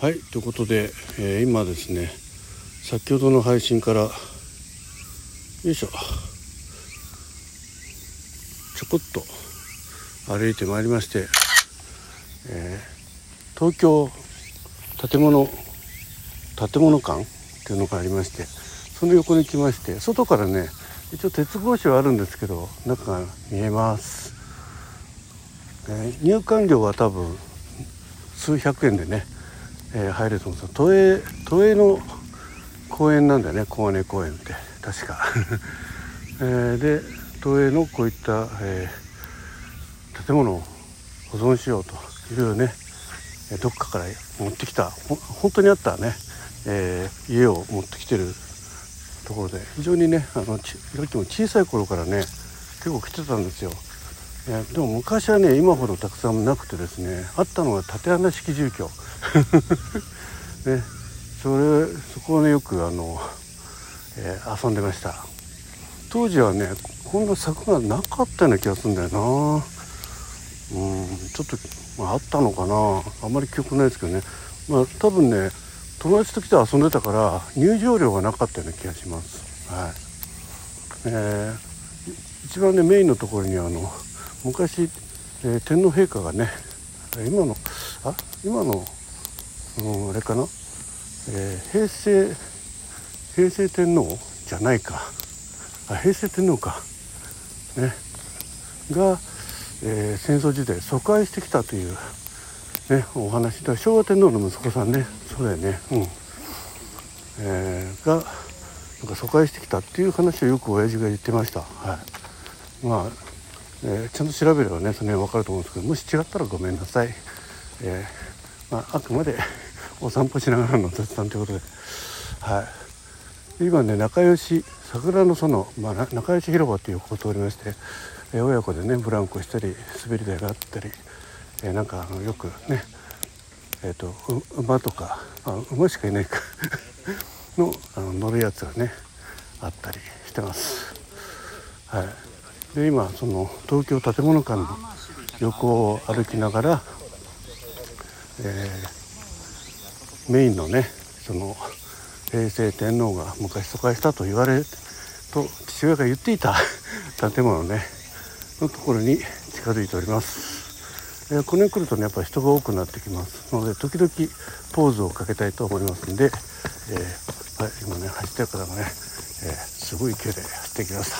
はい、ということで、今ですね、先ほどの配信からよいしょちょこっと歩いてまいりまして、東京建物館っていうのがありまして、その横に来まして、外からね一応鉄格子はあるんですけど中が見えます。入館料は多分数百円でね、入れると思うんですが、都営の公園なんだよね、小金公園って確か、で都営のこういった、建物を保存しようといろいろね、どっかから持ってきた本当にあったね、家を持ってきてるところで、非常にねさっきも小さい頃からね結構来てたんですよ。でも昔はね今ほどたくさんなくてですね、あったのが縦穴式住居ね、そこをねよく遊んでました。当時はねこんな柵がなかったような気がするんだよな。ちょっと、あったのかな、あんまり記憶ないですけどね。多分ね友達と来て遊んでたから入場料がなかったような気がします。はい。一番ねメインのところに昔、天皇陛下がね今のあれかな、平成天皇じゃないか、平成天皇かねが、戦争時代疎開してきたというねお話だ。昭和天皇の息子さんね、そうだよね、がなんか疎開してきたっていう話をよく親父が言ってました。はい。ちゃんと調べればねその辺分かると思うんですけど、もし違ったらごめんなさい。あくまでお散歩しながらの雑談ということで、はい。今ね桜の園、仲良し広場っていうここを通りまして、親子でねブランコしたり滑り台があったり、なんかよくね馬とか馬しかいないかの乗るやつがねあったりしてます。はい。で今その東京建物館の横を歩きながら、メインのねその平成天皇が昔疎開したと言われと父親が言っていた建物ねのところに近づいております。この辺来るとねやっぱり人が多くなってきますので、時々ポーズをかけたいと思いますんで、今ね走ってる方がね、すごい勢いで走ってきました。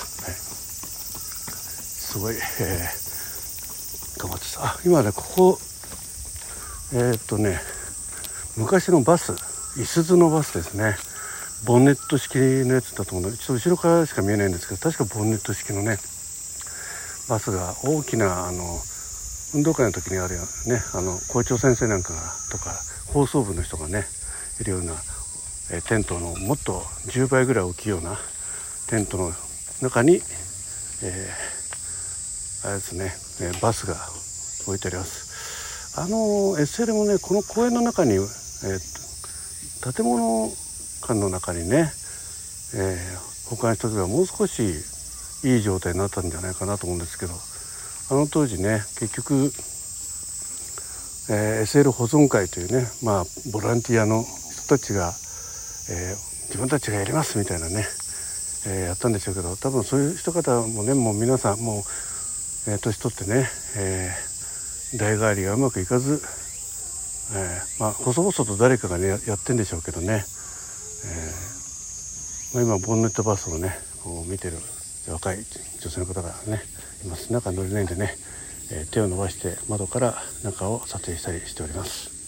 すごい、頑張ってた。今ねここ昔のバス、いすゞのバスですね。ボンネット式のやつだと思うので、ちょっと後ろからしか見えないんですけど、確かボンネット式のねバスが大きな運動会の時にあるよね、校長先生なんかとか放送部の人がねいるような、テントのもっと10倍ぐらい大きいようなテントの中に、あれですね、バスが置いてあります。SL もねこの公園の中に、建物館の中にね、保管しておけばもう少しいい状態になったんじゃないかなと思うんですけど、当時ね結局、SL 保存会というね、ボランティアの人たちが、自分たちがやりますみたいなね、やったんでしょうけど、多分そういう人方もねもう皆さんもう、年取ってね、代替わりがうまくいかず、細々と誰かがねやってんでしょうけどね、今ボンネットバスをねこう見てる若い女性の方がねいます。中乗れないんでね、手を伸ばして窓から中を撮影したりしております。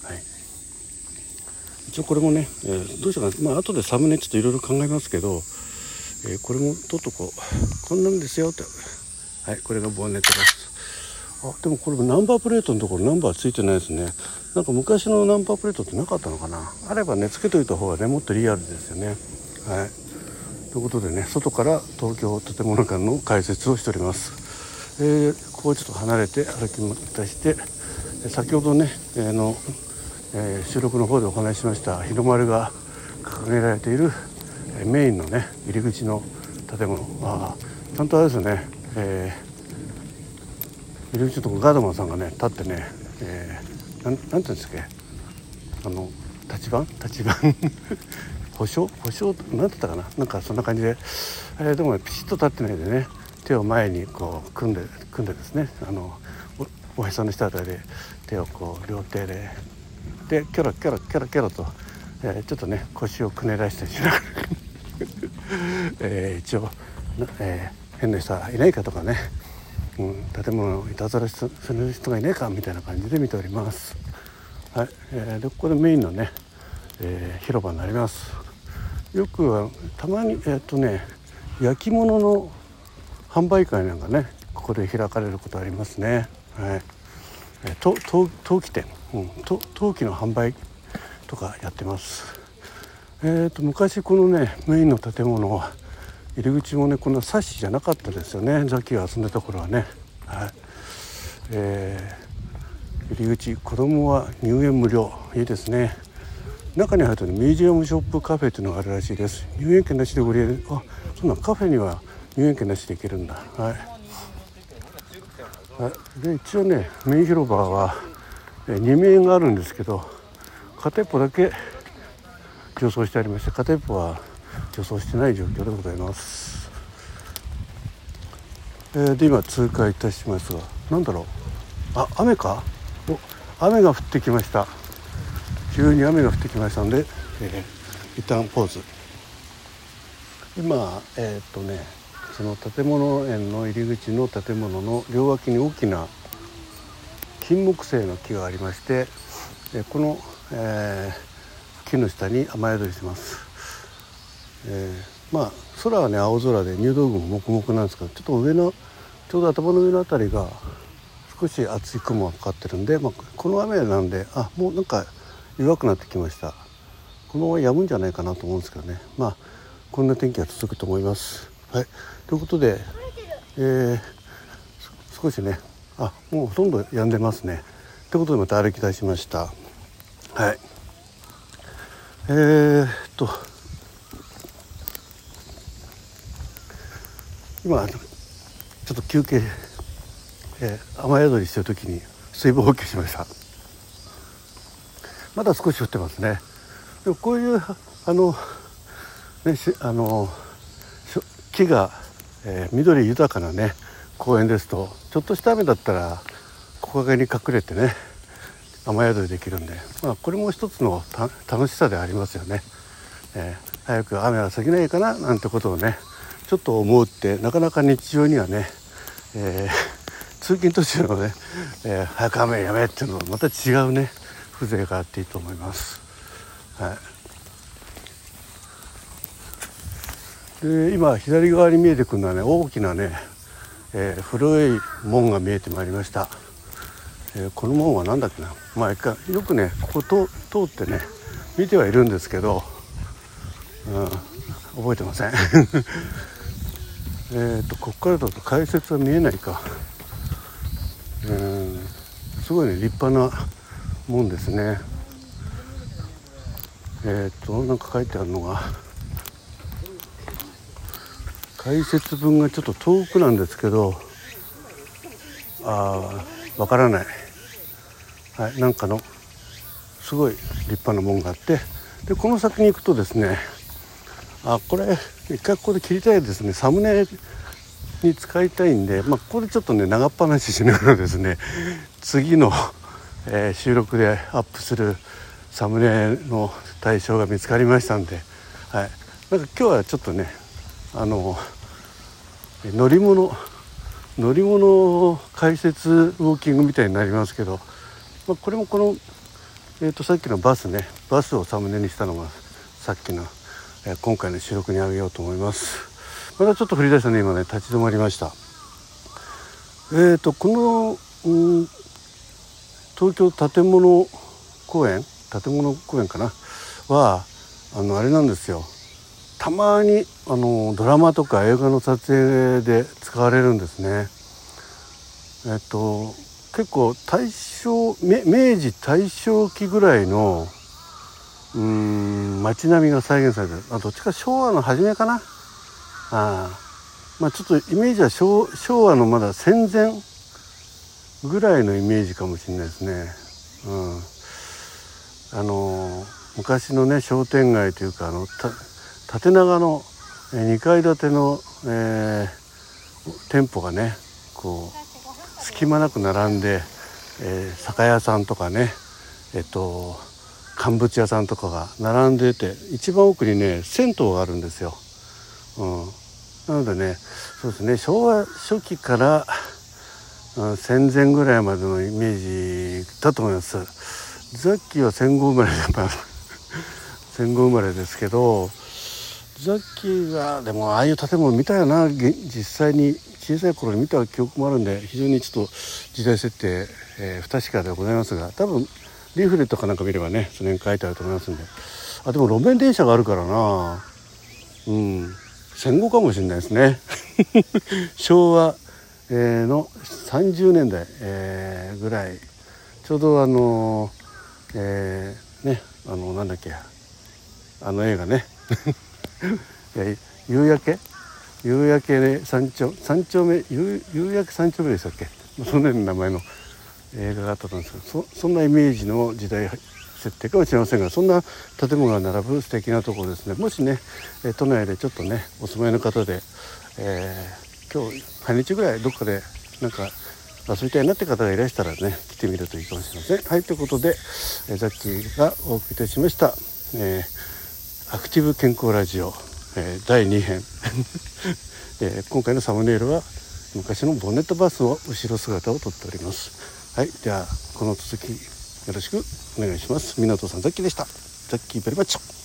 はい。一応これもね、どうしようかな、後でサムネちょっといろいろ考えますけど、これも撮っとこう。こんなんですよって。はい、これがボンネットバス。でもこれもナンバープレートのところナンバーついてないですね。なんか昔のナンバープレートってなかったのかな。あればねつけといた方がねもっとリアルですよね。はい。ということでね外から東京建物館の解説をしております。ここをちょっと離れて歩き出して、先ほどね、収録の方でお話ししました日の丸が掲げられている、メインのね入り口の建物、ちゃんとあれですよね、入り口のとこガードマンさんがね立ってね、なんていうんですか、 保証なんて言ったかな、なんかそんな感じで、でもピシッと立ってないでね、手を前にこう組んでですね、おへその下あたりで手をこう両手でキョロキョロと、ちょっとね腰をくねらしたりしながら一応、変な人はいないかとかね、建物をいたずらする人がいないかみたいな感じで見ております。はい、でここでメインのね、広場になります。よくはたまに焼き物の販売会なんかねここで開かれることありますね。はい、陶器店、陶器の販売とかやってます。昔このねメインの建物は入り口もねこんなサッシじゃなかったですよね。ザキが遊んだところはね、はい、入り口子供は入園無料、いいですね。中に入るとねミュージアムショップカフェというのがあるらしいです。入園券なしでご利用、そんなカフェには入園券なしで行けるんだ。はい、で一応ねメイン広場は2面があるんですけど、片一方だけ除草してありまして、片一方は除草してない状況でございます。で今通過いたしますが、なんだろう、雨か、雨が降ってきました。急に雨が降ってきましたので、一旦ポーズ。今その建物園の入り口の建物の両脇に大きな金木犀の木がありまして、この、木の下に雨宿りします。空はね青空で入道雲も黙々なんですけど、ちょっと上のちょうど頭の上のあたりが少し厚い雲がかかってるんで、この雨なんでもうなんか弱くなってきました。このまま止むんじゃないかなと思うんですけどね。こんな天気が続くと思います。はい、ということで、少しねもうほとんど止んでますね。ということでまた歩き出しました。はい、今ちょっと休憩、雨宿りしてる時に水分補給しました。まだ少し降ってますね。でもこういう木が、緑豊かなね公園ですと、ちょっとした雨だったら木陰に隠れてね雨宿りできるんで、これも一つの楽しさでありますよね。早く雨は過ぎないかななんてことをねちょっと思うって、なかなか日常にはね、通勤途中のね、早く雨やめっていうのはまた違うね風情があっていいと思います。はい、で今左側に見えてくるのはね大きなね、古い門が見えてまいりました。この門は何だっけな、よくねここ通ってね見てはいるんですけど、覚えてませんここからだと解説は見えないか。すごいね立派な門ですね。なんか書いてあるのが、解説文がちょっと遠くなんですけど、わからない。はい、なんかのすごい立派な門があって、でこの先に行くとですね、これ一回ここで切りたいですね。サムネに使いたいんで、ここでちょっとね長っ話しながらですね、次の、収録でアップするサムネの対象が見つかりましたんで、はい、なんか今日はちょっとね乗り物解説ウォーキングみたいになりますけど、これもこの、さっきのバスをサムネにしたのがさっきの、今回の収録にあげようと思います。またちょっと降り出したね。今ね立ち止まりました。この、東京建物公園かなはあれなんですよ。たまにドラマとか映画の撮影で使われるんですね。結構明治大正期ぐらいの街並みが再現されてる。どっちか昭和の初めかな。ちょっとイメージは昭和のまだ戦前ぐらいのイメージかもしれないですね。 昔のね商店街というか縦長の2階建ての、店舗がねこう隙間なく並んで、酒屋さんとかね乾物屋さんとかが並んでて、一番奥にね銭湯があるんですよ。なのでね、そうですね、昭和初期から戦前ぐらいまでのイメージだと思います。ザッキーは戦後生まれ戦後生まれですけど、ザッキーがでもああいう建物見たよな、実際に小さい頃に見た記憶もあるんで、非常にちょっと時代設定、不確かではございますが、多分リーフレットかなんか見ればねその辺書いてあると思いますんで。でも路面電車があるからな、戦後かもしれないですね昭和、の30年代、ぐらい、ちょうどなんだっけ、映画ね夕焼けね、三丁目夕焼け三丁目でしたっけ、そのような名前の映画があったと思うんですけど、そんなイメージの時代設定かもしれませんが、そんな建物が並ぶ素敵なところですね。もしね都内でちょっとねお住まいの方で、今日半日ぐらいどっかでなんか遊びたいなって方がいらしたらね来てみるといいかもしれません。はい、ということで、ザッキーがお送りいたしました、アクティブ健康ラジオ、第2編、今回のサムネイルは昔のボンネットバスの後ろ姿を撮っております。はい、ではこの続きよろしくお願いします。港さん、ザッキーでした。ザッキーベリバッチョ。